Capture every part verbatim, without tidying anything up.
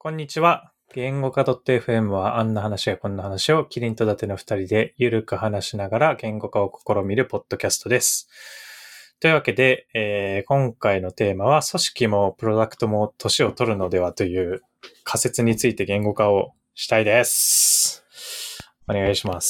こんにちは。言語化 .fm はあんな話やこんな話をキリンと伊達の二人でゆるく話しながら言語化を試みるポッドキャストです。というわけで、えー、今回のテーマは組織もプロダクトも年を取るのではという仮説について言語化をしたいです。お願いします。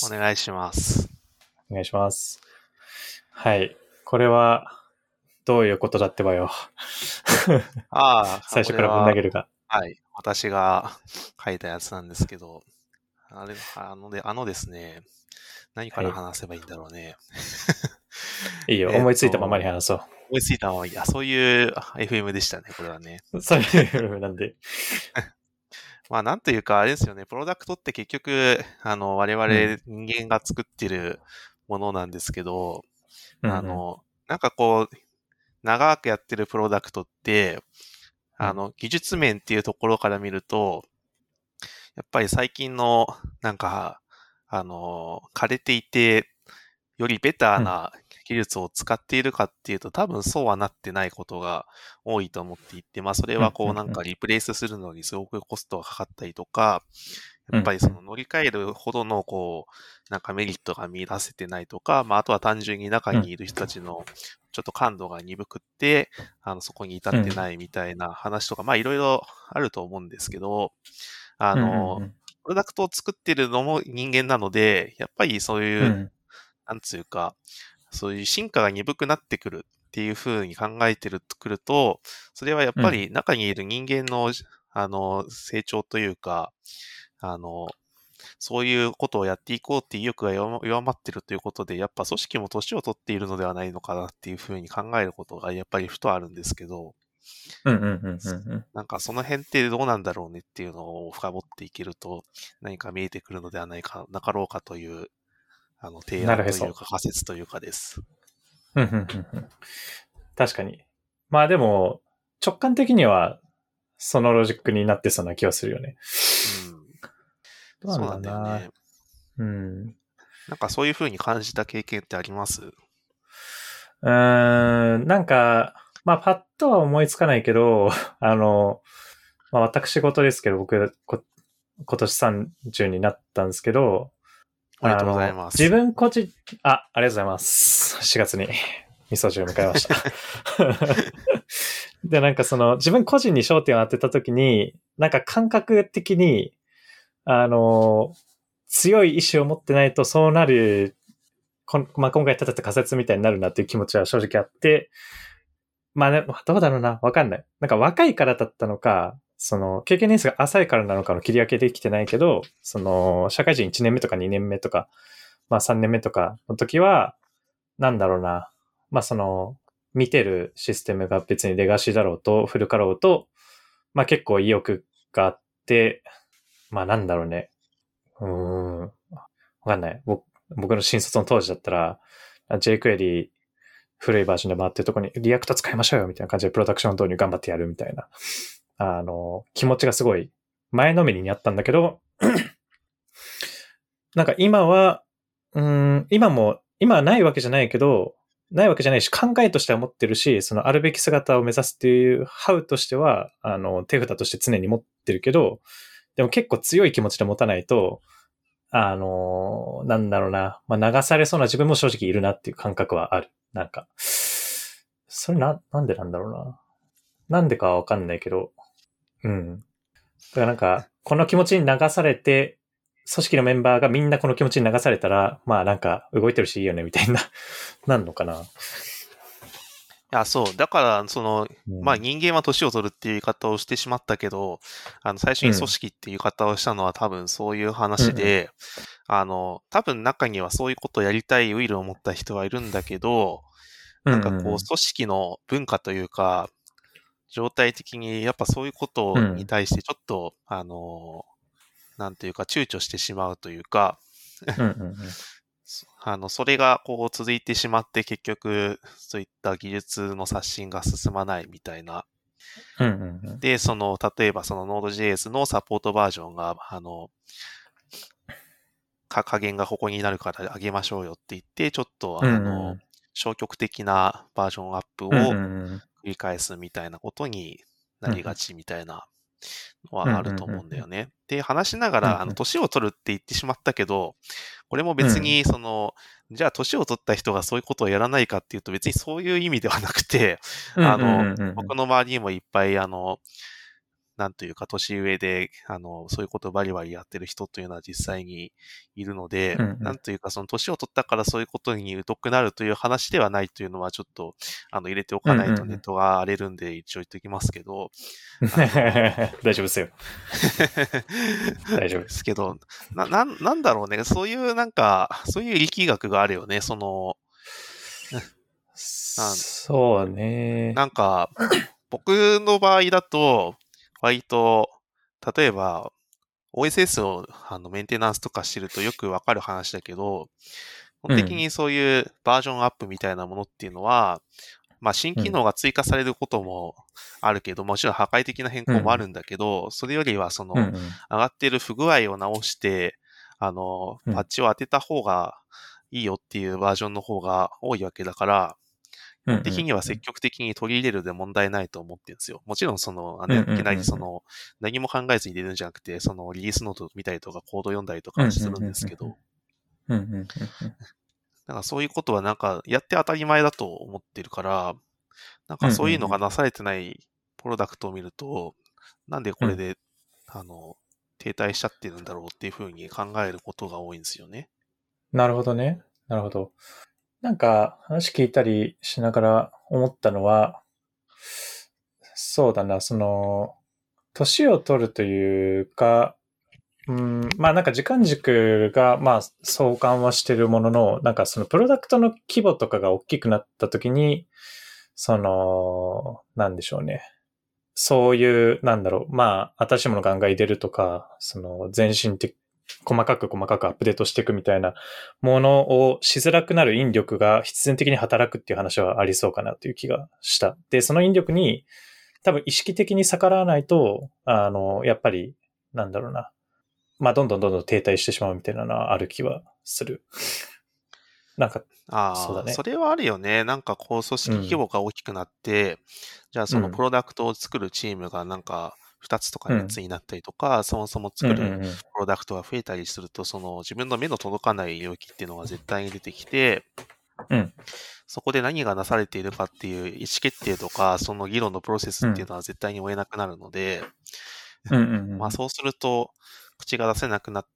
お願いします。 お願いします。はい。これはどういうことだってばよ。 ああ、 最初からぶん投げるが。 はい。私が書いたやつなんですけど、あれ、あので、あのですね、何から話せばいいんだろうね。 はい、いいよ、思いついたままに話そう。 思いついたままいい。あ、そういう エフエム でしたね、これはね。 そういうなんで。 まあ、なんというか、あれですよね、プロダクトって結局、あの、我々人間が作ってるものなんですけど、うん、あの、なんかこう、長くやってるプロダクトって、あの、技術面っていうところから見ると、やっぱり最近の、なんか、あの、枯れていて、よりベターな技術を使っているかっていうと、多分そうはなってないことが多いと思っていて、まあそれはこうなんかリプレイスするのにすごくコストがかかったりとか、やっぱりその乗り換えるほどのこう、なんかメリットが見出せてないとか、まああとは単純に中にいる人たちのちょっと感度が鈍くって、あのそこに至ってないみたいな話とか、まあいろいろあると思うんですけど、あの、プロダクトを作ってるのも人間なので、やっぱりそういう、うん、なんつうか、そういう進化が鈍くなってくるっていう風に考えてるくると、それはやっぱり中にいる人間の、うん、あの、成長というか、あの、そういうことをやっていこうっていう意欲が弱まってるということで、やっぱ組織も年を取っているのではないのかなっていう風に考えることがやっぱりふとあるんですけど、 うんうんうんうんうん、 なんかその辺ってどうなんだろうねっていうのを深掘っていけると何か見えてくるのではないかなかろうかというあの提案というか仮説というかです。 うんうんうんうん、確かに。まあでも直感的にはそのロジックになってそうな気はするよね。 うん。 どうなんだろうな。そうなんだよね。うん。 なんかそういう風に感じた経験ってあります？ うーん、なんか、まあパッとは思いつかないけど、あの、まあ私事ですけど、僕、こ今年さんじゅうになったんですけど、 おめでとうございます。 自分個人、あ、ありがとうございます。しがつに味噌汁迎えました。で、なんかその、自分個人に焦点を当てたときに、なんか感覚的に、あの、強い意志を持ってないとそうなる、こまあ、今回立てた仮説みたいになるなっていう気持ちは正直あって、まあ、ね、どうだろうな、わかんない。なんか若いからだったのか、その、経験年数が浅いからなのかの切り分けできてないけど、その、社会人いちねんめとかにねんめとか、まあさんねんめとかの時は、なんだろうな、まあその、見てるシステムが別にレガシーだろうと、フルかろうと、まあ結構意欲があって、まあなんだろうね。うーん。わかんない。僕、僕の新卒の当時だったら、jQuery 古いバージョンで回ってるとこにリアクト使いましょうよみたいな感じでプロダクション導入頑張ってやるみたいな、あの、気持ちがすごい前のめりにあったんだけど、なんか今は、うーん、今も、今はないわけじゃないけど、ないわけじゃないし、考えとしては持ってるし、そのあるべき姿を目指すっていう、ハウとしては、あの、手札として常に持ってるけど、でも結構強い気持ちで持たないと、あの、なんだろうな、まあ、流されそうな自分も正直いるなっていう感覚はある。なんか、それな、なんでなんだろうな。なんでかはわかんないけど、うん。だからなんか、この気持ちに流されて、組織のメンバーがみんなこの気持ちに流されたら、まあなんか動いてるしいいよねみたいな、なんのかな。 いや、そう。だから、その、うん、まあ人間は年を取るっていう言い方をしてしまったけど、あの、最初に組織っていう言い方をしたのは多分そういう話で、うんうん、あの、多分中にはそういうことをやりたいウィルを持った人はいるんだけど、なんかこう、組織の文化というか、状態的にやっぱそういうことに対してちょっと、うん、あの、なんていうか躊躇してしまうというか、 うんうんうん、 あの、それがこう続いてしまって結局、そういった技術の刷新が進まないみたいな。 うんうんうん、 で、その、例えばその Node.js のサポートバージョンが、あの、か加減がここになるから上げましょうよって言って、ちょっと、あの、うん、消極的なバージョンアップを繰り返すみたいなことになりがちみたいな。 のはあると思うんだよね。で、話しながら、あの、年を取るって言ってしまったけど、これも別に、その、うん、じゃあ年を取った人がそういうことをやらないかっていうと別にそういう意味ではなくて、あの、僕の周りにもいっぱい、あの、なんというか、年上で、あの、そういうことをバリバリやってる人というのは実際にいるので、うんうん、なんというか、その年を取ったからそういうことに疎くなるという話ではないというのは、ちょっと、あの、入れておかないとネットが荒れるんで、一応言っておきますけど。 大丈夫ですよ。大丈夫ですけど、な、な、なんだろうね、そういうなんか、そういう力学があるよね、その、 そうね。 なんか、僕の場合だと、割と、例えば、オーエスエス をあのメンテナンスとかしてるとよくわかる話だけど、基本的にそういうバージョンアップみたいなものっていうのは、うん、まあ新機能が追加されることもあるけど、もちろん破壊的な変更もあるんだけど、うん、それよりはその、うんうん、上がっている不具合を直して、あの、パッチを当てた方がいいよっていうバージョンの方が多いわけだから、基本的には積極的に取り入れるで問題ないと思ってるんですよ。もちろんその、あの、いきなりその、何も考えずに入れるんじゃなくて、そのリリースノート見たりとかコード読んだりとかするんですけど。だからそういうことはなんかやって当たり前だと思ってるから、なんかそういうのがなされてないプロダクトを見ると、なんでこれで、あの、停滞しちゃってるんだろうっていうふうに考えることが多いんですよね。 なるほどね。なるほど。なんか話聞いたりしながら思ったのは、そうだな、その、年を取るというか、うん、まあなんか時間軸がまあ相関はしてるものの、なんかそのプロダクトの規模とかが大きくなった時に、その、なんでしょうね。そういう、なんだろう、まあ新しいものガンガン入れるとか、その前進的、細かく細かくアップデートしていくみたいなものをしづらくなる引力が必然的に働くっていう話はありそうかなという気がした。で、その引力に多分意識的に逆らわないと、あの、やっぱり、なんだろうな。まあ、どんどんどんどん停滞してしまうみたいなのはある気はする。なんか、 ああ、 そうだね。 それはあるよね。なんかこう、組織規模が大きくなって、うん、じゃあそのプロダクトを作るチームがなんかふたつとかみっつになったりとか、うん、そもそも作るプロダクトが増えたりすると、その自分の目の届かない領域っていうのが絶対に出てきて、 うん、 そこで何がなされているかっていう意思決定とか、その議論のプロセスっていうのは絶対に追えなくなるので、 うんうんうん、 まあそうすると、口が出せなくなって、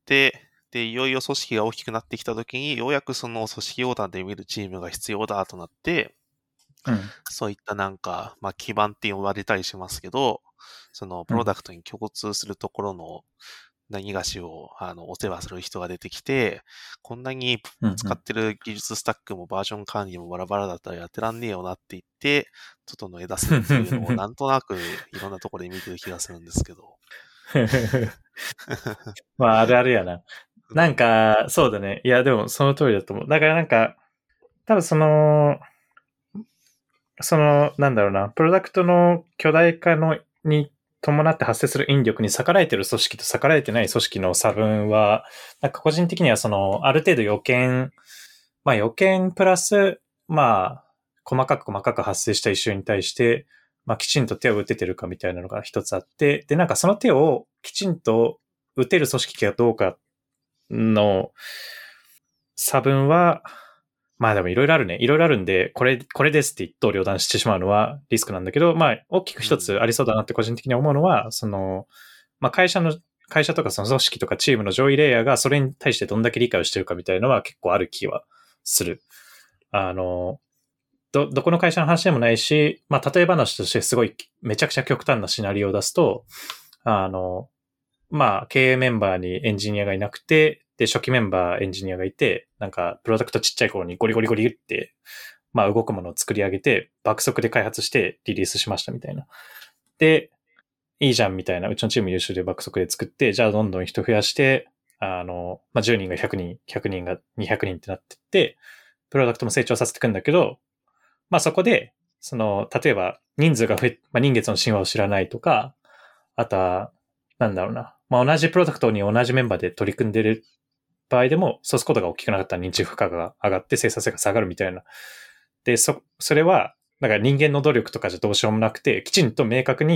で、いよいよ組織が大きくなってきたときに、ようやくその組織横断で見るチームが必要だとなって、 うん、 そういったなんか、まあ基盤って呼ばれたりしますけど、そのプロダクトに共通するところの何がしをあのお世話する人が出てきて、こんなに使ってる技術スタックもバージョン管理もバラバラだったらやってらんねえよなって言って、整え出すっていうのをなんとなくいろんなところで見てる気がするんですけど。 まあ、あるあるやな。なんか、そうだね。いや、でもその通りだと思う。だからなんか、多分その、その、なんだろうな、プロダクトの巨大化のに伴って発生する引力に逆らえてる組織と逆らえてない組織の差分は、なんか個人的にはその、ある程度予見、まあ予見プラス、まあ、細かく細かく発生したイシューに対して、まあきちんと手を打ててるかみたいなのが一つあって、で、なんかその手をきちんと打てる組織がどうかの差分は、まあでもいろいろあるね。いろいろあるんで、これ、これですって一刀両断してしまうのはリスクなんだけど、まあ大きく一つありそうだなって個人的に思うのは、うん、その、まあ会社の、会社とかその組織とかチームの上位レイヤーがそれに対してどんだけ理解をしてるかみたいなのは結構ある気はする。あの、ど、どこの会社の話でもないし、まあ例え話としてすごいめちゃくちゃ極端なシナリオを出すと、あの、まあ経営メンバーにエンジニアがいなくて、で、初期メンバーエンジニアがいて、なんか、プロダクトちっちゃい頃にゴリゴリゴリって、まあ動くものを作り上げて、爆速で開発してリリースしましたみたいな。で、いいじゃんみたいな、うちのチーム優秀で爆速で作って、じゃあどんどん人増やして、あの、まあじゅうにんがひゃくにん、ひゃくにんがにひゃくにんってなってって、プロダクトも成長させていくんだけど、まあそこで、その、例えば人数が増え、まあ人月の神話を知らないとか、あとは、なんだろうな、まあ同じプロダクトに同じメンバーで取り組んでる場合でも、ソースコードが大きくなかったら認知負荷が上がって生産性が下がるみたいな。で、そ、それは、だから人間の努力とかじゃどうしようもなくて、きちんと明確に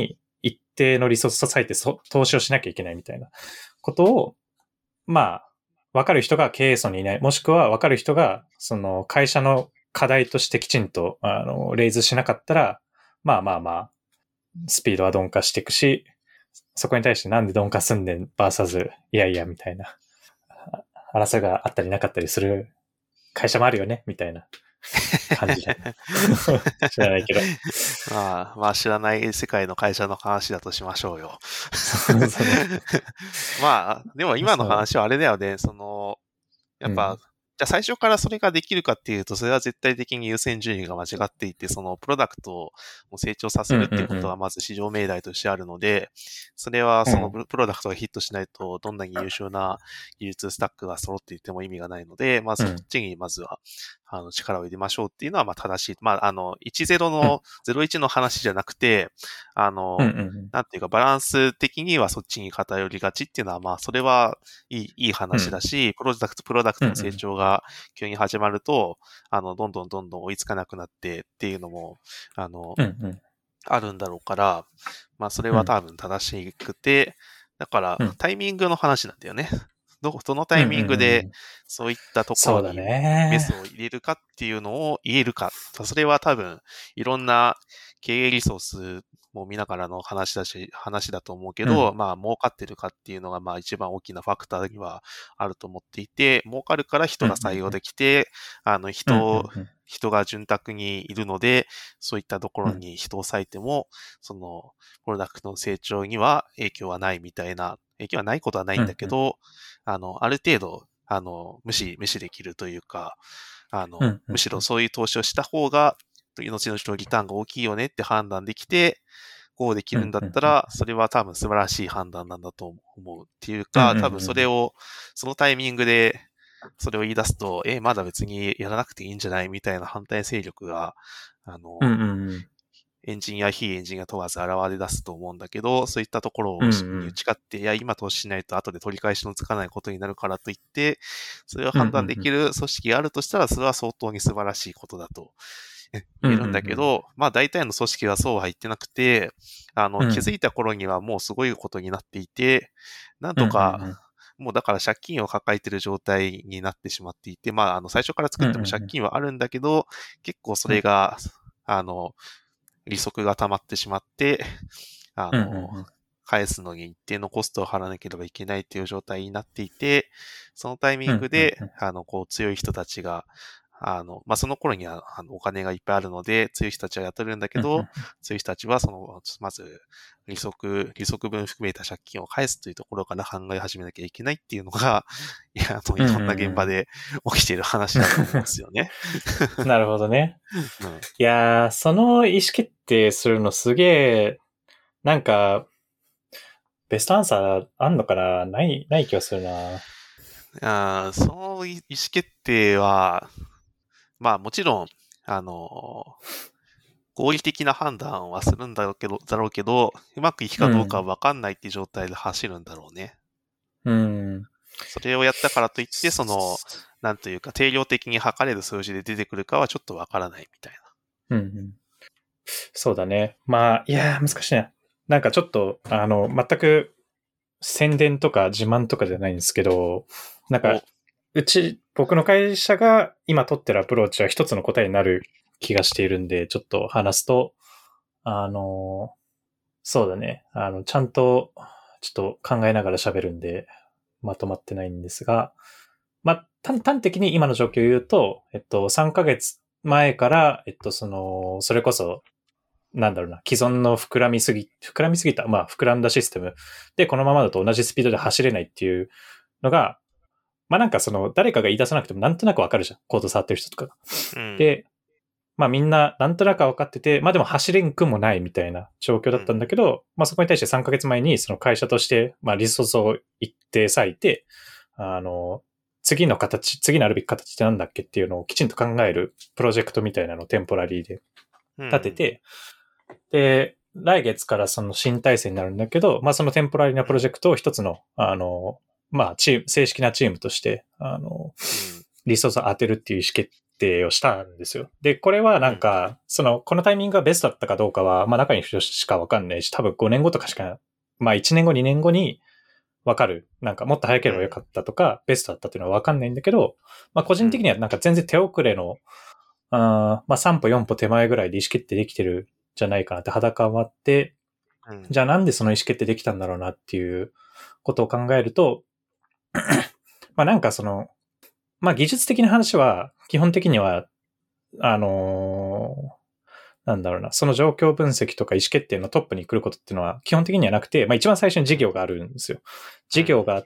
一定のリソースを割いて投資をしなきゃいけないみたいなことを、まあ、わかる人が経営層にいない、もしくはわかる人が、その会社の課題としてきちんと、あの、レイズしなかったら、まあまあまあ、スピードは鈍化していくし、そこに対してなんで鈍化すんねん、バーサズ、いやいや、みたいな、争いがあったりなかったりする会社もあるよね、みたいな感じで。知らないけど。 まあ、まあ知らない世界の会社の話だとしましょうよ。 そうそうね、 まあ、でも今の話はあれだよね、その、やっぱ、うんじゃあ最初からそれができるかっていうと、それは絶対的に優先順位が間違っていて、そのプロダクトを成長させるっていうことはまず市場命題としてあるので、それはそのプロダクトがヒットしないと、どんなに優秀な技術スタックが揃っていても意味がないので、まあそっちにまずは、あの力を入れましょうっていうのはまあ正しい。まああの、いちゼロの、ゼロいちの話じゃなくて、あの、なんていうかバランス的にはそっちに偏りがちっていうのはまあそれはいい、いい話だし、プロダクト、プロダクトの成長が急に始まると、あの、どんどんどんどん追いつかなくなってっていうのも、あの、うんうん、あるんだろうから、まあ、それは多分正しくて、だから、タイミングの話なんだよね。ど、どのタイミングで、そういったところにメスを入れるかっていうのを言えるか。それは多分、いろんな経営リソースも見ながらの話だし、話だと思うけど、うん、まあ、儲かってるかっていうのが、まあ、一番大きなファクターにはあると思っていて、儲かるから人が採用できて、うんうんうん、あの、人、うんうんうん、人が潤沢にいるので、そういったところに人を割いても、その、プロダクトの成長には影響はないみたいな、影響はないことはないんだけど、うんうん、あの、ある程度、あの、無視、無視できるというか、あの、うんうんうん、むしろそういう投資をした方が、後々のリターンが大きいよねって判断できて、こうできるんだったら、それは多分素晴らしい判断なんだと思うっていうか、多分それを、そのタイミングで、それを言い出すと、え、まだ別にやらなくていいんじゃないみたいな反対勢力が、あの、うんうんうん、エンジンや非エンジンが問わず現れ出すと思うんだけど、そういったところを打ち勝って、うんうん、いや、今投資しないと後で取り返しのつかないことになるからといって、それを判断できる組織があるとしたら、それは相当に素晴らしいことだと言えるんだけど、うんうんうん、まあ大体の組織はそうは言ってなくて、あの、うん、気づいた頃にはもうすごいことになっていて、なんとか、うんうんうん、もうだから借金を抱えている状態になってしまっていて、まあ、あの、最初から作っても借金はあるんだけど、うんうんうん、結構それが、あの、利息が溜まってしまって、あの、うんうんうん、返すのに一定のコストを払わなければいけないっていう状態になっていて、そのタイミングで、うんうんうん、あの、こう強い人たちが、あの、まあ、その頃にはあのお金がいっぱいあるので、強い人たちは雇えるんだけど、うんうん、強い人たちはその、まず、利息、利息分含めた借金を返すというところから考え始めなきゃいけないっていうのが、いや、あの、いろんな現場で起きている話だと思うんですよね。 なるほどね。うん、いやー、その意思決定するのすげえ、なんか、ベストアンサーあんのかな？ない、ない気がするな。 あその意思決定は、まあもちろん、あの、合理的な判断はするんだろうけど、だろうけど、うまくいくかどうかは分かんないっていう状態で走るんだろうね。 うん。 それをやったからといって、その、なんというか、定量的に測れる数字で出てくるかはちょっと分からないみたいな。うん、うん。そうだね。まあ、いやー、難しいな。なんかちょっと、あの、全く宣伝とか自慢とかじゃないんですけど、なんか、うち、僕の会社が今取ってるアプローチは一つの答えになる気がしているんで、ちょっと話すと、あの、そうだね。あの、ちゃんと、ちょっと考えながら喋るんで、まとまってないんですが、まあ、端端的に今の状況を言うと、えっと、さんかげつまえから、えっと、その、それこそ、なんだろうな、既存の膨らみすぎ、膨らみすぎた、まあ、膨らんだシステムで、このままだと同じスピードで走れないっていうのが、まあなんかその、誰かが言い出さなくてもなんとなくわかるじゃん。コード触ってる人とかが。うん、で、まあみんななんとなくわかってて、まあでも走れんくもないみたいな状況だったんだけど、うん、まあそこに対してさんかげつまえにその会社として、まあリソースを一定割いて、あの、次の形、次のあるべき形ってなんだっけっていうのをきちんと考えるプロジェクトみたいなのをテンポラリーで立てて、うん、で、来月からその新体制になるんだけど、まあそのテンポラリーなプロジェクトを一つの、あの、まあチーム、正式なチームとして、あの、リソースを当てるっていう意思決定をしたんですよ。で、これはなんか、うん、その、このタイミングがベストだったかどうかは、まあ中にいる人しかわかんないし、多分ごねんごとかしか、まあいちねんご、にねんごにわかる。なんかもっと早ければよかったとか、うん、ベストだったっていうのはわかんないんだけど、まあ個人的にはなんか全然手遅れの、うん、あまあさん歩よん歩手前ぐらいで意思決定できてるんじゃないかなって肌感はあって、うん、じゃあなんでその意思決定できたんだろうなっていうことを考えると、まあなんかその、まあ技術的な話は基本的には、あのー、なんだろうな、その状況分析とか意思決定のトップに来ることっていうのは基本的にはなくて、まあ一番最初に事業があるんですよ。事業があって、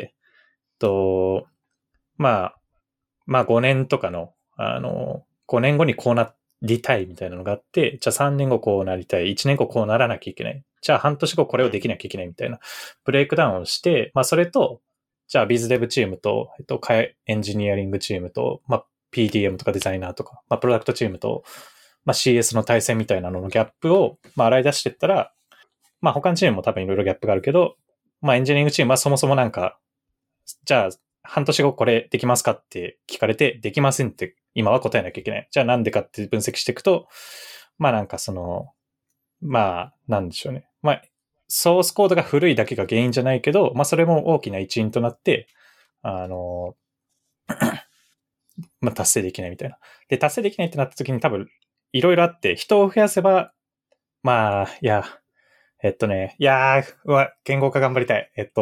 と、まあ、まあごねんとかの、あの、ごねんごにこうなりたいみたいなのがあって、じゃあさんねんごこうなりたい、いちねんごこうならなきゃいけない。じゃあ半年後これをできなきゃいけないみたいなブレイクダウンをして、まあそれと、じゃあビズデブチームと、えっと、エンジニアリングチームと、まあ ピーディーエム とかデザイナーとか、まあプロダクトチームと、まあ シーエス の対戦みたいなののギャップを、まあ洗い出していったら、まあ他のチームも多分いろいろギャップがあるけど、まあエンジニアリングチームはそもそもなんか、じゃあ半年後これできますかって聞かれて、できませんって今は答えなきゃいけない。じゃあなんでかって分析していくと、まあなんかその、まあなんでしょうね。まあソースコードが古いだけが原因じゃないけど、まあそれも大きな一因となって、あの、まあ達成できないみたいな。で、達成できないってなった時に多分いろいろあって、人を増やせば、まあ、いや、えっとね、いやー、うわ、言語化頑張りたい。えっと、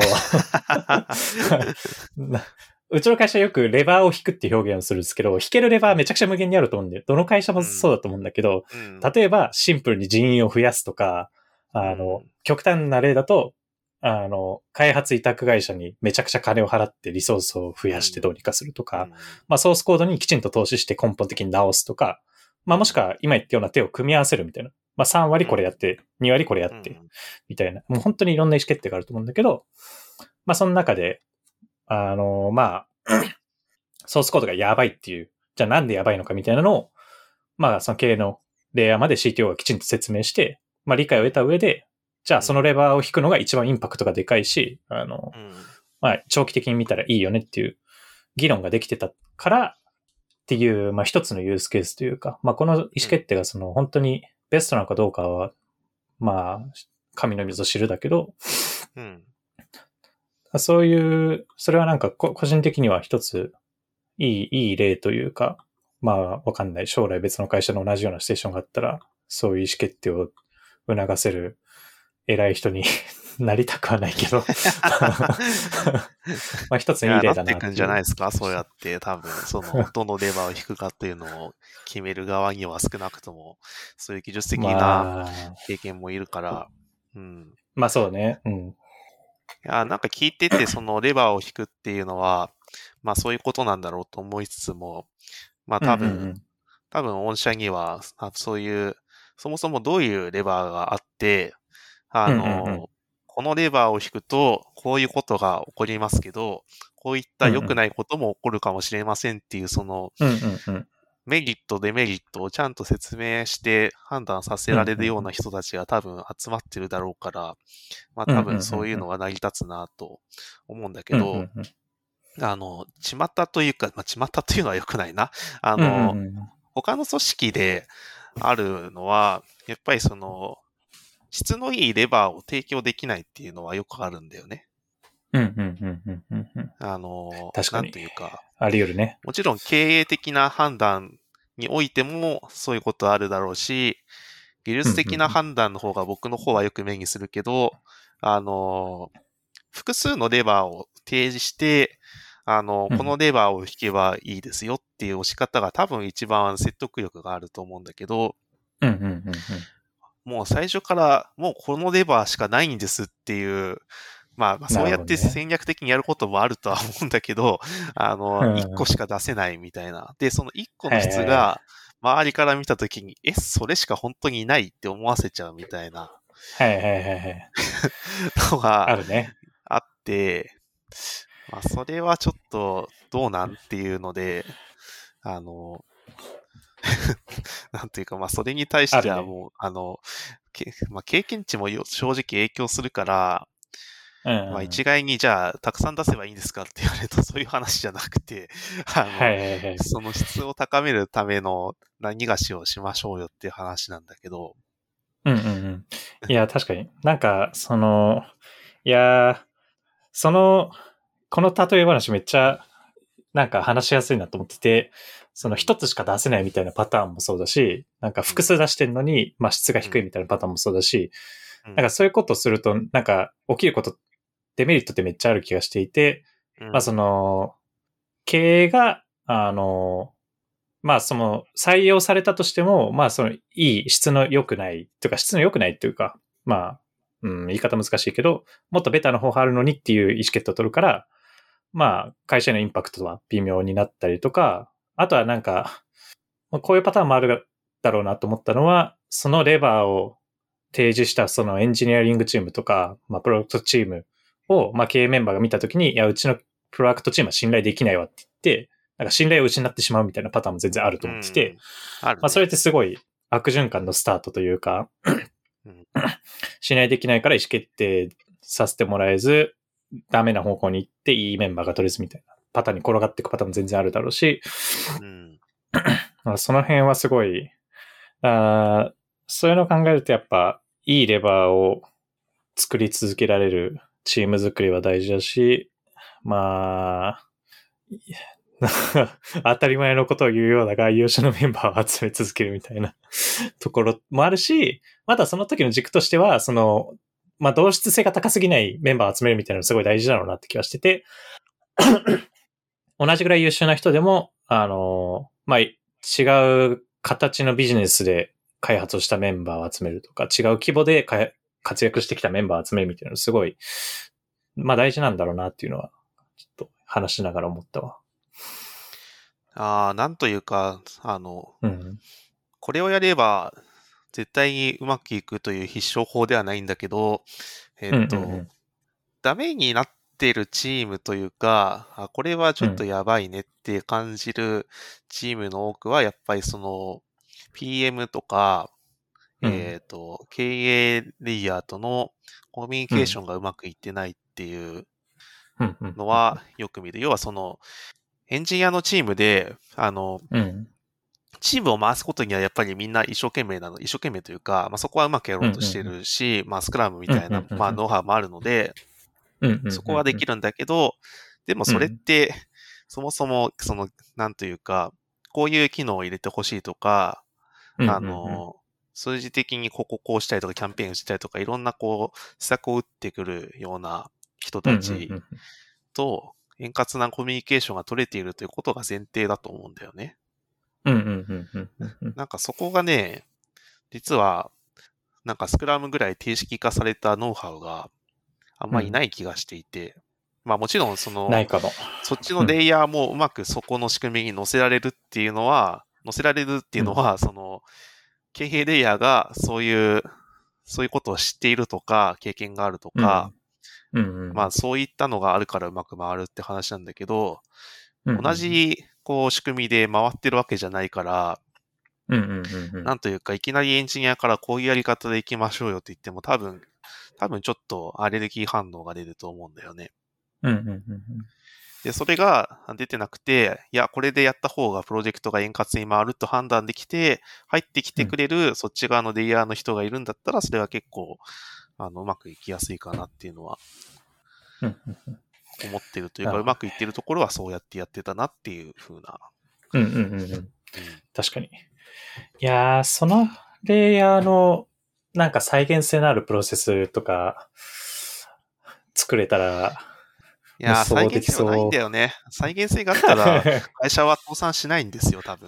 うちの会社よくレバーを引くっていう表現をするんですけど、引けるレバーめちゃくちゃ無限にあると思うんで、どの会社もそうだと思うんだけど、うん、例えばシンプルに人員を増やすとか、あの、うん、極端な例だと、あの、開発委託会社にめちゃくちゃ金を払ってリソースを増やしてどうにかするとか、うん、まあソースコードにきちんと投資して根本的に直すとか、まあもしくは今言ったような手を組み合わせるみたいな。まあさん割これやって、に割これやって、みたいな。もう本当にいろんな意思決定があると思うんだけど、まあその中で、あの、まあ、ソースコードがやばいっていう、じゃあなんでやばいのかみたいなのを、まあその経営のレイヤーまで シーティーオー がきちんと説明して、まあ理解を得た上で、じゃあそのレバーを引くのが一番インパクトがでかいし、あの、まあ長期的に見たらいいよねっていう議論ができてたからっていう、まあ一つのユースケースというか、まあこの意思決定がその本当にベストなのかどうかは、まあ、神の水を知るだけど、うん、そういう、それはなんか個人的には一ついい、いい例というか、まあわかんない。将来別の会社の同じようなステーションがあったら、そういう意思決定を促せる偉い人になりたくはないけどまあ一ついい例だなっていう。 なっていくんじゃないですか、そうやって多分、その、どのレバーを引くかっていうのを決める側には少なくとも、そういう技術的な経験もいるから、まあ、うん。 まあそうね。うん。 いや、なんか聞いてて、そのレバーを引くっていうのは、まあそういうことなんだろうと思いつつも、まあ多分、うんうんうん、多分御社には、そういう、そもそもどういうレバーがあって、あの、うんうんうん、このレバーを引くと、こういうことが起こりますけど、こういった良くないことも起こるかもしれませんっていう、その、 うんうんうん、 メリット、デメリットをちゃんと説明して判断させられるような人たちが多分集まってるだろうから、まあ多分そういうのが成り立つなと思うんだけど、うんうんうん、あの、巷というか、まあ巷というのは良くないな。あの、うんうんうん、他の組織であるのは、やっぱりその、質のいいレバーを提供できないっていうのはよくあるんだよね。 うん、うん、うん、うん、うん。 あの、 確かに。 なんというか。 あり得るね。 もちろん経営的な判断においてもそういうことあるだろうし、技術的な判断の方が僕の方はよく目にするけど、あの、複数のレバーを提示して、あの、このレバーを引けばいいですよっていう押し方が多分一番説得力があると思うんだけど、 うん、うん、うん、うん。 もう最初からもうこのレバーしかないんですっていう、まあ、まあそうやって戦略的にやることもあるとは思うんだけど、あの、一個しか出せないみたいな。で、その一個の質が周りから見たときに、え、それしか本当にないって思わせちゃうみたいな。 はいはいはいはい。 のがあるね。 あって、まあそれはちょっとどうなんっていうので、あの、なんていうか、まあ、それに対してはもう、あ、ね、あの、まあ、経験値も正直影響するから、 うんまあ一概にじゃあたくさん出せばいいんですかって言われるとそういう話じゃなくて、あの、 はいはいはい。 その質を高めるための何がしをしましょうよっていう話なんだけど。 うんうんうん。いや、確かに。なんか、その、いや、その、この例え話めっちゃ、なんか話しやすいなと思ってて、その一つしか出せないみたいなパターンもそうだし、なんか複数出してんのに、まあ質が低いみたいなパターンもそうだし、 うん、 なんかそういうことをすると、なんか起きること、デメリットってめっちゃある気がしていて、 うん、 まあその、経営が、あの、まあその採用されたとしても、まあそのいい質の良くない、というか質の良くないっていうか、まあ、うん、言い方難しいけど、もっとベターな方法あるのにっていう意思決定を取るから、まあ会社へのインパクトは微妙になったりとか、あとはなんか、こういうパターンもあるだろうなと思ったのは、そのレバーを提示したそのエンジニアリングチームとか、まあプロダクトチームを、まあ経営メンバーが見たときに、いや、うちのプロダクトチームは信頼できないわって言って、なんか信頼を失ってしまうみたいなパターンも全然あるとう思ってて、 ん、あるね。 まあそれってすごい悪循環のスタートというか、 うん、 信頼できないから意思決定させてもらえず、ダメな方向に行っていいメンバーが取れずみたいなパターンに転がっていくパターンも全然あるだろうし、 うん、 まあその辺はすごい、あそういうのを考えるとやっぱいいレバーを作り続けられるチーム作りは大事だし、まあ、当たり前のことを言うような概要書のメンバーを集め続けるみたいなところもあるし、またその時の軸としては、その、まあ、同質性が高すぎないメンバーを集めるみたいなのすごい大事だろうなって気はしてて、同じぐらい優秀な人でも、あの、まあ、違う形のビジネスで開発をしたメンバーを集めるとか、違う規模で活躍してきたメンバーを集めるみたいなのすごい、まあ大事なんだろうなっていうのは、ちょっと話しながら思ったわ。 ああ、なんというか、あの、 うん、 これをやれば絶対にうまくいくという必勝法ではないんだけど、えっうん、うん、うと、 ん。 ダメになってるチームというか、あ、これはちょっとやばいねって感じるチームの多くは、やっぱりその ピーエム とか、 うん、 えっと、経営レイヤーとのコミュニケーションがうまくいってないっていううん、うん、 のはよく見る。要はその、エンジニアのチームで、あの、 うん、 チームを回すことにはやっぱりみんな一生懸命なの、一生懸命というか、まあ、そこはうまくやろうん、 うとしてうん、 るし、まあ、スクラムみうん、 たいな、まあ、 うん、 ノウハウもあるので、 うん、うん、 そこはできるんだけど、でもそれっうん、 て、そもそも、その、なんというか、こういう機能を入れてほしいとか、 うん、 あうん、 の、数字的にこここうしたりとか、キャンペーンしたりとか、いろんなこう、施策を打ってくるような人うん、うたちん、 と、円滑なコミュニケーションが取れているということが前提だと思うんだよね。 うん、うん、うん、うん、 なんかそこがね、実は、なんかスクラムぐらい定式化されたノウハウがあんまいない気がしていて、まあもちろんその、 ないかも。 そっちのレイヤーもうまくそこの仕組みに載せられるっていうのは、載せられるっていうのは、その、経営レイヤーがそういう、そういうことを知っているとか、経験があるとか、 うん、 まあそういったのがあるからうまく回るって話なんだけど、 うん、 同じ、こう、仕組みで回ってるわけじゃないから、 うん、うん、うん、 なんというか、いきなりエンジニアからこういうやり方で行きましょうよって言っても多分、多分ちょっとアレルギー反応が出ると思うんだよね。 うん、うん、 で、それが出てなくて、いや、これでやった方がプロジェクトが円滑に回ると判断できて、入ってきてくれるそっち側のレイヤーの人がいるんだったら、それは結構、あの、うまくいきやすいかなっていうのは、思ってるというか、うまくいってるところはそうやってやってたなっていう風な。 うん、うん、うん。確かに。いやー、そのレイヤーの、なんか再現性のあるプロセスとか、作れたら、 いやー、再無双でき現性はないんそう。 だよね。再現性があったら、会社は倒産しないんですよ、多分。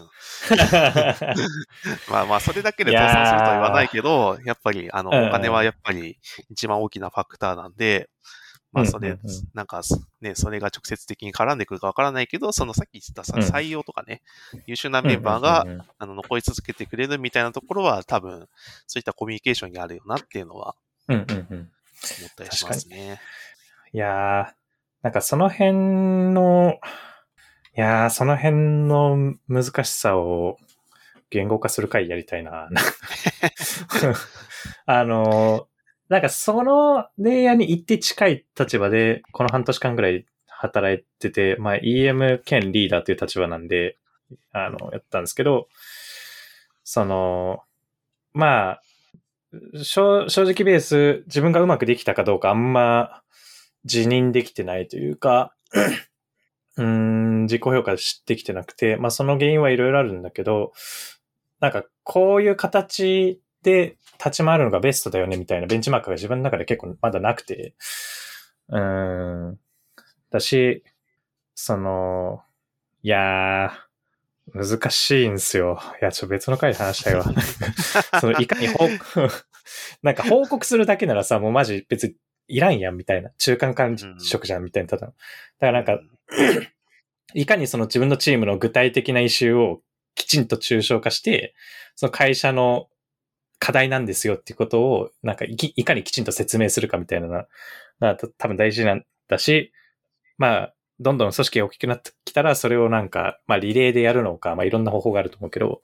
まあまあ、それだけで倒産するとは言わないけど、やっぱり、あの、お金はやっぱり一番大きなファクターなんで、まあ、それ、なんか、ね、それが直接的に絡んでくるかわからないけど、そのさっき言ったさ、採用とかね、優秀なメンバーが、あの、残り続けてくれるみたいなところは、多分、そういったコミュニケーションにあるよなっていうのは、思ったりしますね。 いやー、なんかその辺の、いやー、その辺の難しさを言語化する回やりたいな。あの、 なんかそのレイヤーに一定近い立場で、この半年間ぐらい働いてて、まあ イーエム 兼リーダーという立場なんで、あの、やったんですけど、その、まあ、正, 正直ベース、自分がうまくできたかどうかあんま自認できてないというか、うーん、自己評価できてなくて、まあその原因はいろいろあるんだけど、なんかこういう形で立ち回るのがベストだよねみたいなベンチマークが自分の中で結構まだなくて、うーん、だし、その、いやー、難しいんですよ。いや、ちょっと別の回で話したいわ。そのいかに報なんか報告するだけならさ、もうマジ別にいらんやんみたいな。中間管理職じゃんみたいな。ただ、だからなんか、いかにその自分のチームの具体的なイシューをきちんと抽象化して、その会社の課題なんですよっていうことを、なんかいいかにきちんと説明するかみたいなのが多分大事なんだし、まあ、どんどん組織が大きくなってきたら、それをなんか、まあリレーでやるのか、まあいろんな方法があると思うけど、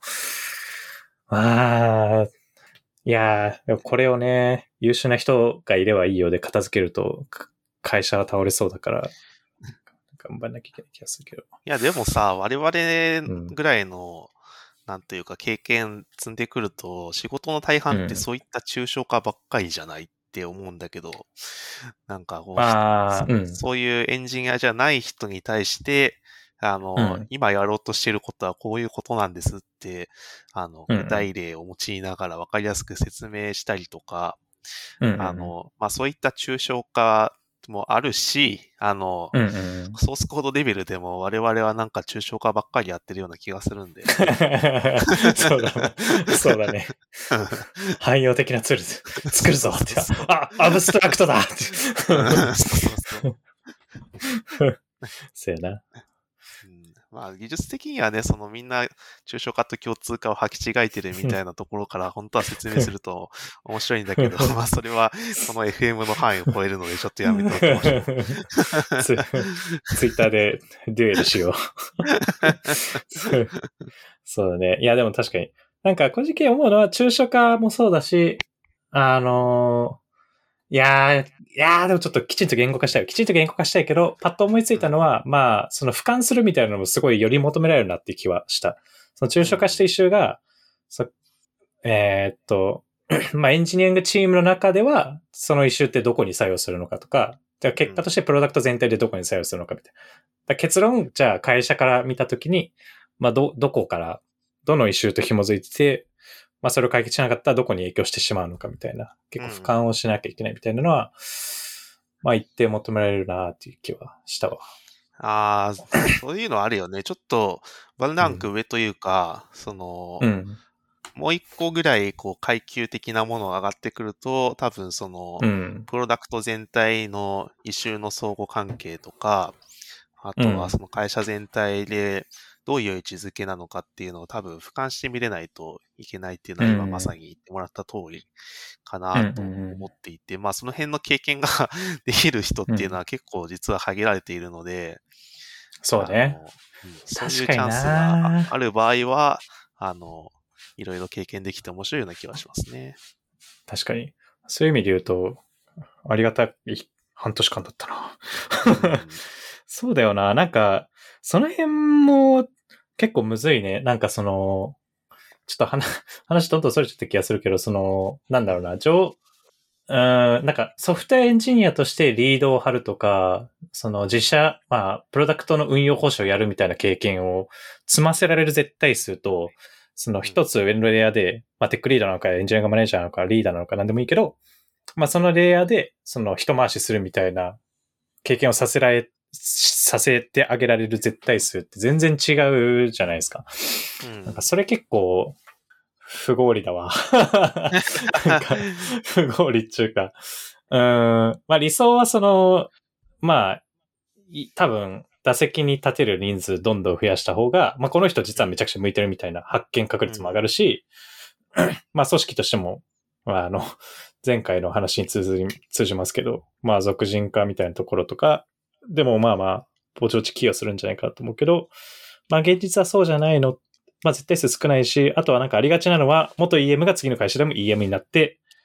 まあ、いやー、これをね、優秀な人がいればいいようで片付けると、会社は倒れそうだから、頑張んなきゃいけない気がするけど。いや、でもさ、我々ぐらいの、うん、なんというか経験積んでくると、仕事の大半ってそういった抽象化ばっかりじゃないって思うんだけど、うん、なんかこう、あうん、そういうエンジニアじゃない人に対して、あの、うん、今やろうとしていることはこういうことなんですって、あの、具体例を用いながら分かりやすく説明したりとか、うんうんうん、あの、まあ、そういった抽象化もあるし、あの、うんうん、ソースコードレベルでも我々はなんか抽象化ばっかりやってるような気がするんで。 そうだ、そうだね。汎用的なツール作るぞって。あ、アブストラクトだって。そうそうそう。そうやな。 まあ、技術的にはね、そのみんな抽象化と共通化を履き違えてるみたいなところから本当は説明すると面白いんだけど、まあそれはこの エフエム の範囲を超えるのでちょっとやめておきましょう。 ツ, ツイッターでデュエルしよう。そうだね。いやでも確かに。なんか個人的に思うのは抽象化もそうだし、あのー、いやー、いやー、でもちょっときちんと言語化したい。きちんと言語化したいけど、パッと思いついたのは、うん、まあ、その俯瞰するみたいなのもすごいより求められるなっていう気はした。その抽象化したイシューが、うん、そえー、っと、まあ、エンジニアリングチームの中では、そのイシューってどこに作用するのかとか、じゃあ結果としてプロダクト全体でどこに作用するのかみたいな。結論、じゃあ会社から見たときに、まあ、ど、どこから、どのイシューと紐づいてて、まあそれを解決しなかったらどこに影響してしまうのかみたいな、結構俯瞰をしなきゃいけないみたいなのは、うん、まあ一定求められるなっていう気はしたわ。 ああ、そういうのあるよね。ちょっとワンランク上というか、うん、その、うん、もう一個ぐらいこう階級的なものが上がってくると、多分その、うん、プロダクト全体のイシューの相互関係とか、あとはその会社全体でどういう位置づけなのかっていうのを多分俯瞰してみれないといけないっていうのは今まさに言ってもらった通りかなと思っていて、まあその辺の経験ができる人っていうのは結構実は限られているので、 そうね。 うん、そういうチャンスがある場合は、あの、いろいろ経験できて面白いような気はしますね。 確かに。そういう意味で言うと、ありがたい半年間だったな。うんそうだよな。なんか、その辺も結構むずいね。なんかその、ちょっと話、話どんどんそれちゃった気がするけど、その、なんだろうな、上、うん、なんかソフトウェアエンジニアとしてリードを張るとか、その自社、まあ、プロダクトの運用保守をやるみたいな経験を積ませられる絶対数と、その一つ上のレイヤーで、まあ、テックリーダーなのか、エンジニアマネージャーなのか、リーダーなのか、なんでもいいけど、まあ、そのレイヤーで、その一回しするみたいな経験をさせられ、させてあげられる絶対数って全然違うじゃないですか。うん、なんかそれ結構不合理だわ。なんか不合理っていうか、うーん、まあ理想はその、まあ、多分打席に立てる人数どんどん増やした方が、まあこの人実はめちゃくちゃ向いてるみたいな発見確率も上がるし、うん、まあ組織としても、まああの、前回の話に通じ、通じますけど、まあ属人化みたいなところとか、でもまあまあ、ぼちぼち寄与するんじゃないかと思うけど、まあ現実はそうじゃないの。まあ絶対数少ないし、あとはなんかありがちなのは、元 イーエム が次の会社でも イーエム になって、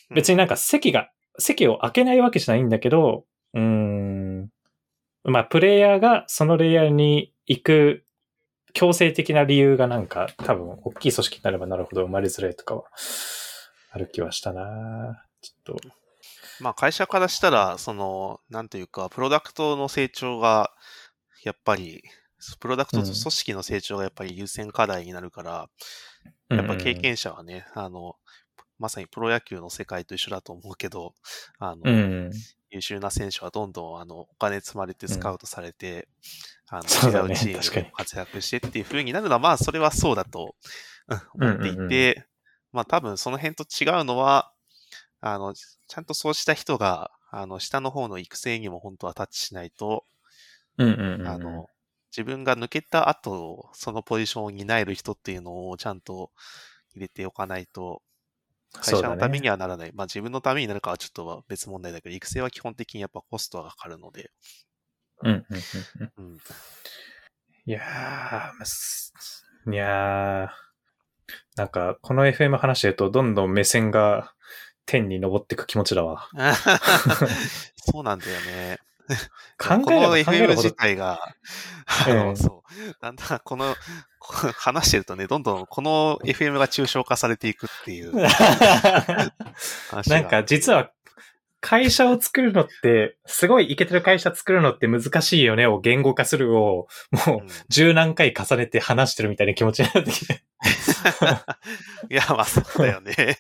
別になんか席が、席を開けないわけじゃないんだけど、うーん、まあ、プレイヤーがそのレイヤーに行く強制的な理由がなんか多分大きい組織になればなるほど生まれづらいとかはある気はしたな。ちょっと。 まあ会社からしたら、その、なんていうか、プロダクトの成長が、やっぱり、プロダクトと組織の成長がやっぱり優先課題になるから、 うん、 やっぱ経験者はね、あの、まさにプロ野球の世界と一緒だと思うけど、あの、 うん、 優秀な選手はどんどんあのお金積まれてスカウトされて、うん、あの違うチームで活躍してっていう風になるのは、まあそれはそうだと思っていて、うんうんうん、まあ多分その辺と違うのは、あの、ちゃんとそうした人が、あの、下の方の育成にも本当はタッチしないと、 うんうんうんうん、 あの、自分が抜けた後、そのポジションを担える人っていうのをちゃんと入れておかないと、会社のためにはならない。ね、まあ自分のためになるかはちょっと別問題だけど、育成は基本的にやっぱコストがかかるので。 うんうんうんうん。うん、いやー、いやー、なんかこの エフエム 話してるとどんどん目線が天に昇っていく気持ちだわ。 そうなんだよね。 考えれば考えるほど。 この エフエム 自体が、あの、うん、そう。だんだんこの、話してるとね、どんどんこの エフエム が抽象化されていくっていう。 なんか実は会社を作るのって、すごいイケてる会社作るのって難しいよねを言語化するを、もう十何回重ねて話してるみたいな気持ちになってきて。 いや、まあそうだよね。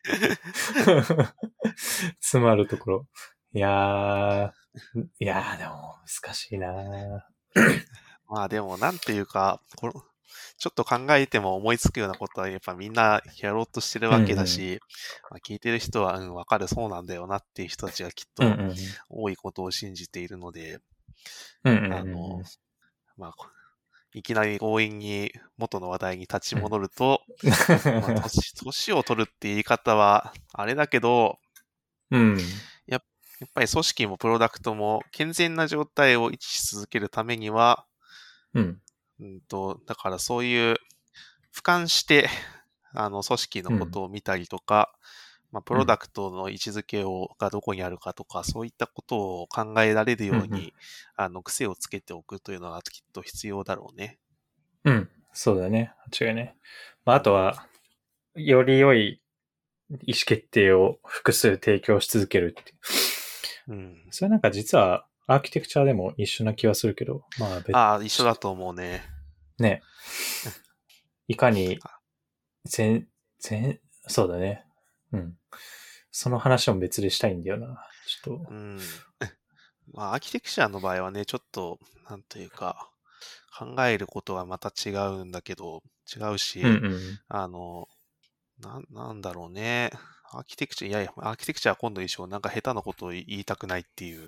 詰まるところ。いやー、いやーでも難しいなまあでもなんていうか、このちょっと考えても思いつくようなことはやっぱみんなやろうとしてるわけだし、うんうん、まあ、聞いてる人は、うん、わかる、そうなんだよなっていう人たちがきっと多いことを信じているので、 うんうんうん、 あの、まあ、いきなり強引に元の話題に立ち戻ると、うんまあ、年、年を取るって言い方はあれだけど、 うん、 や、やっぱり組織もプロダクトも健全な状態を維持し続けるためには、 うんうんと、だからそういう俯瞰して、あの、組織のことを見たりとか、うん、まあ、プロダクトの位置づけを、がどこにあるかとか、そういったことを考えられるように、うんうん、あの、癖をつけておくというのがきっと必要だろうね。 うん、そうだね。間違いね。まあ、あとは、より良い意思決定を複数提供し続けるっていう。うん。それなんか実は、アーキテクチャでも一緒な気はするけど、まあ別ああ、一緒だと思うね。 ね。いかに、全、全、そうだね。うん。その話も別でしたいんだよな。ちょっと。うん。 まあ、アーキテクチャの場合はね、ちょっと、なんというか、考えることはまた違うんだけど、違うし、うんうん、あの、な、なんだろうね。アーキテクチャ、いやいや、アーキテクチャは今度一緒、なんか下手なことを言いたくないっていう、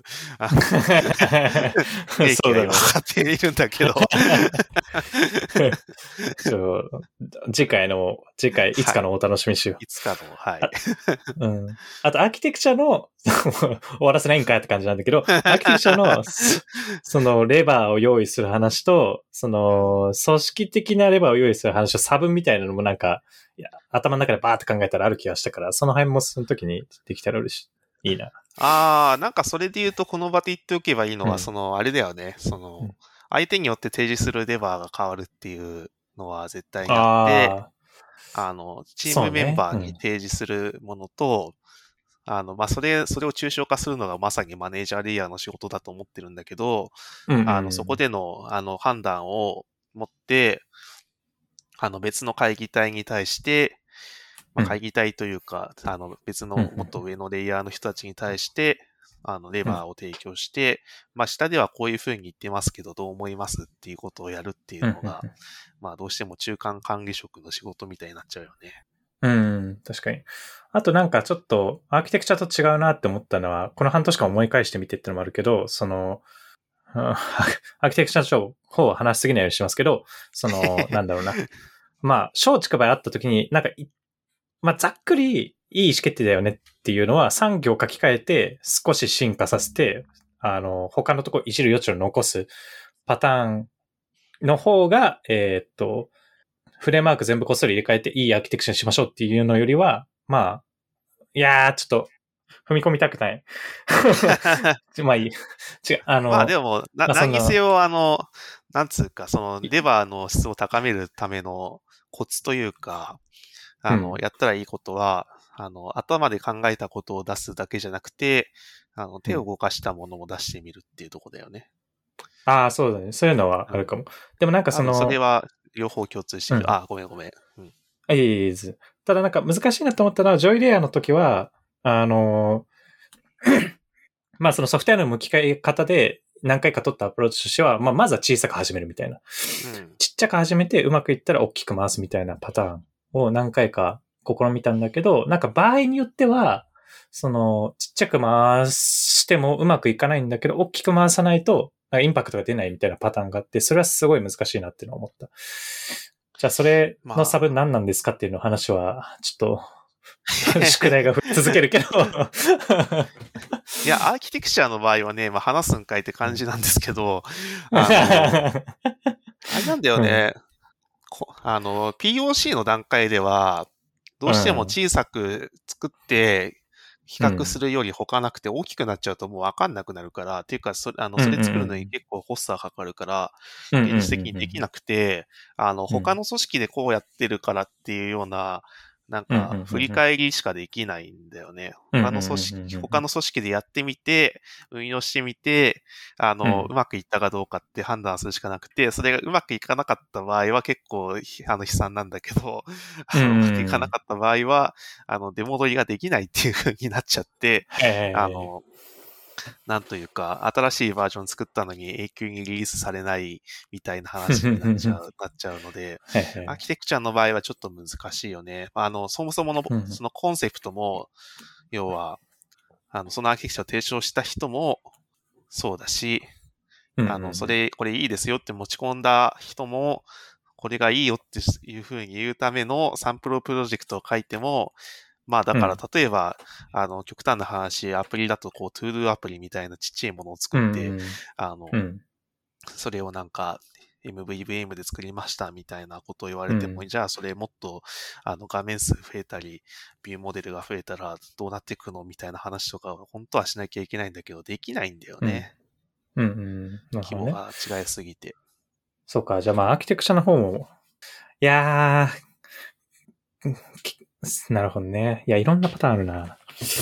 利益が今かかっているんだけど。 次回の、次回、いつかのお楽しみしよう。はい、 いつかの、はい。 あ、うん。あと、アーキテクチャの、終わらせないんかって感じなんだけど、アーキテクチャの、その、レバーを用意する話と、その、組織的なレバーを用意する話と差分みたいなのもなんか、いや頭の中でバーって考えたらある気がしたから、その辺もその時にできたら嬉しい。いいな。 ああ、なんかそれで言うとこの場で言っておけばいいのは、うん、その、あれだよね。その、うん、相手によって提示するレバーが変わるっていうのは絶対にあって、あ, あの、チームメンバーに提示するものと、ねうん、あの、まあ、それ、それを抽象化するのがまさにマネージャーレイヤーの仕事だと思ってるんだけど、うんうん、あの、そこでの、あの、判断を持って、あの、別の会議体に対して、まあ、会議体というか、うん、あの、別のもっと上のレイヤーの人たちに対して、あの、レバーを提供して、まあ、下ではこういうふうに言ってますけど、どう思いますっていうことをやるっていうのが、まあ、どうしても中間管理職の仕事みたいになっちゃうよね。 うん、確かに。あとなんかちょっと、アーキテクチャと違うなって思ったのは、この半年間思い返してみてってのもあるけど、その、アーキテクチャの方は話しすぎないようにしますけど、その、なんだろうな。まあ、小畜梅あった時に、なんか、まあ、ざっくりいい意思決定だよねっていうのはさん行書き換えて少し進化させて、あの、他のところいじる余地を残すパターンの方が、えー、っと、フレームワーク全部こっそり入れ替えていいアーキテクチャにしましょうっていうのよりは、まあ、いやー、ちょっと踏み込みたくない。まあいい。違う、あの、 まあでも、な、 まあそんな何にせよ、あの、なんつうか、その、レバーの質を高めるためのコツというか、あの、 うんやったらいいことは、あの、頭で考えたことを出すだけじゃなくて、あの、手を動かしたものも出してみるっていうところだよね。 ああ、そうだね。そういうのはうん。 あるかも。でもなんか多分それその、 は両方共通してる。 うん。 あ、ごめんごめん。うん。 あいえいえいえず。ただなんか難しいなと思ったのは、ジョイレアの時は、あの、まあそのソフトウェアの向き換え方で何回か取ったアプローチとしては、まあまずは小さく始めるみたいな。 うん。 ちっちゃく始めてうまくいったら大きく回すみたいなパターンを何回か試みたんだけど、なんか場合によっては、その、ちっちゃく回してもうまくいかないんだけど、大きく回さないと、インパクトが出ないみたいなパターンがあって、それはすごい難しいなっていうのを思った。じゃあそれの差分何なんですかっていうの話は、ちょっと、宿題が続けるけど。 いや、アーキテクチャの場合はね、まあ、話すんかいって感じなんですけど、あの、あれなんだよね、うん、こあの、ピーオーシー の段階では、どうしても小さく作って、比較するより他なくて大きくなっちゃうともうわかんなくなるから、っていうか、それ、あの、それ作るのに結構コストがかかるから、現実的にできなくて、あの、他の組織でこうやってるからっていうような、なんか、振り返りしかできないんだよね。他の組織、他の組織でやってみて、運用してみて、あの、うまくいったかどうかって判断するしかなくて、それがうまくいかなかった場合は結構、あの、悲惨なんだけど、あの、うまくいかなかった場合は、あの、出戻りができないっていう風になっちゃって、あの、なんというか、新しいバージョン作ったのに永久にリリースされないみたいな話になっちゃう、なっちゃうので、アーキテクチャの場合はちょっと難しいよね。あの、そもそもの、そのコンセプトも、要は、あの、そのアーキテクチャを提唱した人もそうだし、あの、それ、これいいですよって持ち込んだ人も、これがいいよっていうふうに言うためのサンプルプロジェクトを書いても、まあだから例えば、うん、あの、極端な話、アプリだとこう、トゥードゥアプリみたいなちっちゃいものを作って、うん、あの、うん、それをなんか、エムブイブイエム で作りましたみたいなことを言われても、うん、じゃあそれもっとあの画面数増えたり、ビューモデルが増えたらどうなっていくのみたいな話とかを本当はしなきゃいけないんだけど、できないんだよね。 うん。うんうん。なるほどね。 規模が違いすぎて。 そうか。じゃあまあアーキテクチャの方も、いやー、なるほどね。いや、いろんなパターンあるな。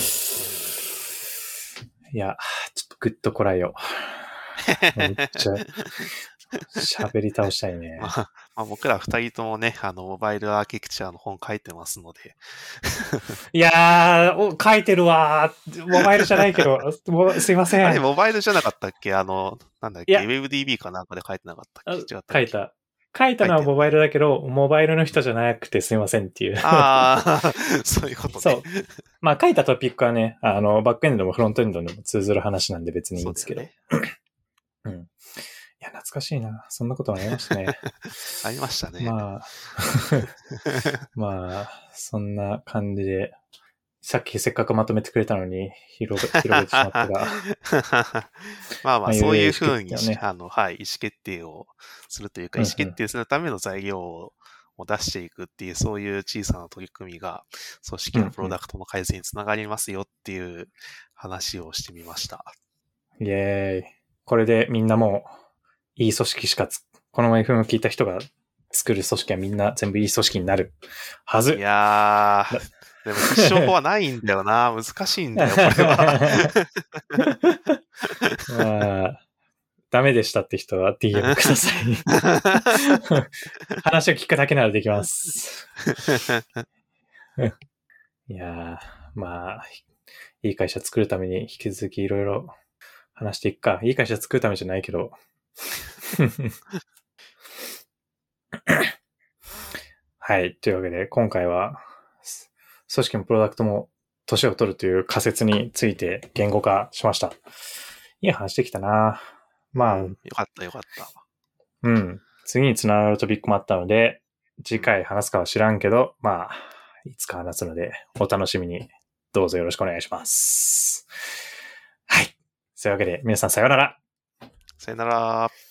いや、ちょっとグッとこらえよう。めっちゃ、喋り倒したいね。 まあ、まあ、僕ら二人ともね、あの、モバイルアーキテクチャの本書いてますので。 いやー、書いてるわー。モバイルじゃないけど、もすいません。 あれ、モバイルじゃなかったっけあの、なんだっけ ?ウェブディービー かなんかで書いてなかったっけ違ったっけ書いた。書いたのはモバイルだけど、モバイルの人じゃなくてすいませんっていう。 ああ、そういうことね。 そう。まあ書いたトピックはね、あの、バックエンドもフロントエンドでも通ずる話なんで別にいいんですけど。ね、うん。いや、懐かしいな。そんなこともありましたね。 ありましたね。 まあ、まあ、そんな感じで、さっきせっかくまとめてくれたのに広げ、広げてしまったが。 まあまあ、そういうふうに、ね、あの、はい、意思決定をするというか、意思決定するための材料を出していくっていう、そういう小さな取り組みが、組織のプロダクトの改善につながりますよっていう話をしてみました。 イェーイ。これでみんなもう、いい組織しかつ、この エフエム 聞いた人が作る組織はみんな全部いい組織になるはず。 いやー、でも必勝法はないんだよな。難しいんだよ、これは。 まあ、ダメでしたって人は ディーエム ください。話を聞くだけならできます。いやー、まあ、いい会社作るために引き続きいろいろ話していくか。いい会社作るためじゃないけど。はい。というわけで、今回は、組織もプロダクトも年を取るという仮説について言語化しました。いい話できたな。まあ、うん、 よかったよかった。 うん。次につながるトピックもあったので、次回話すかは知らんけど、まあ、いつか話すので、お楽しみにどうぞよろしくお願いします。はい。そういうわけで、皆さんさようなら。 さよなら。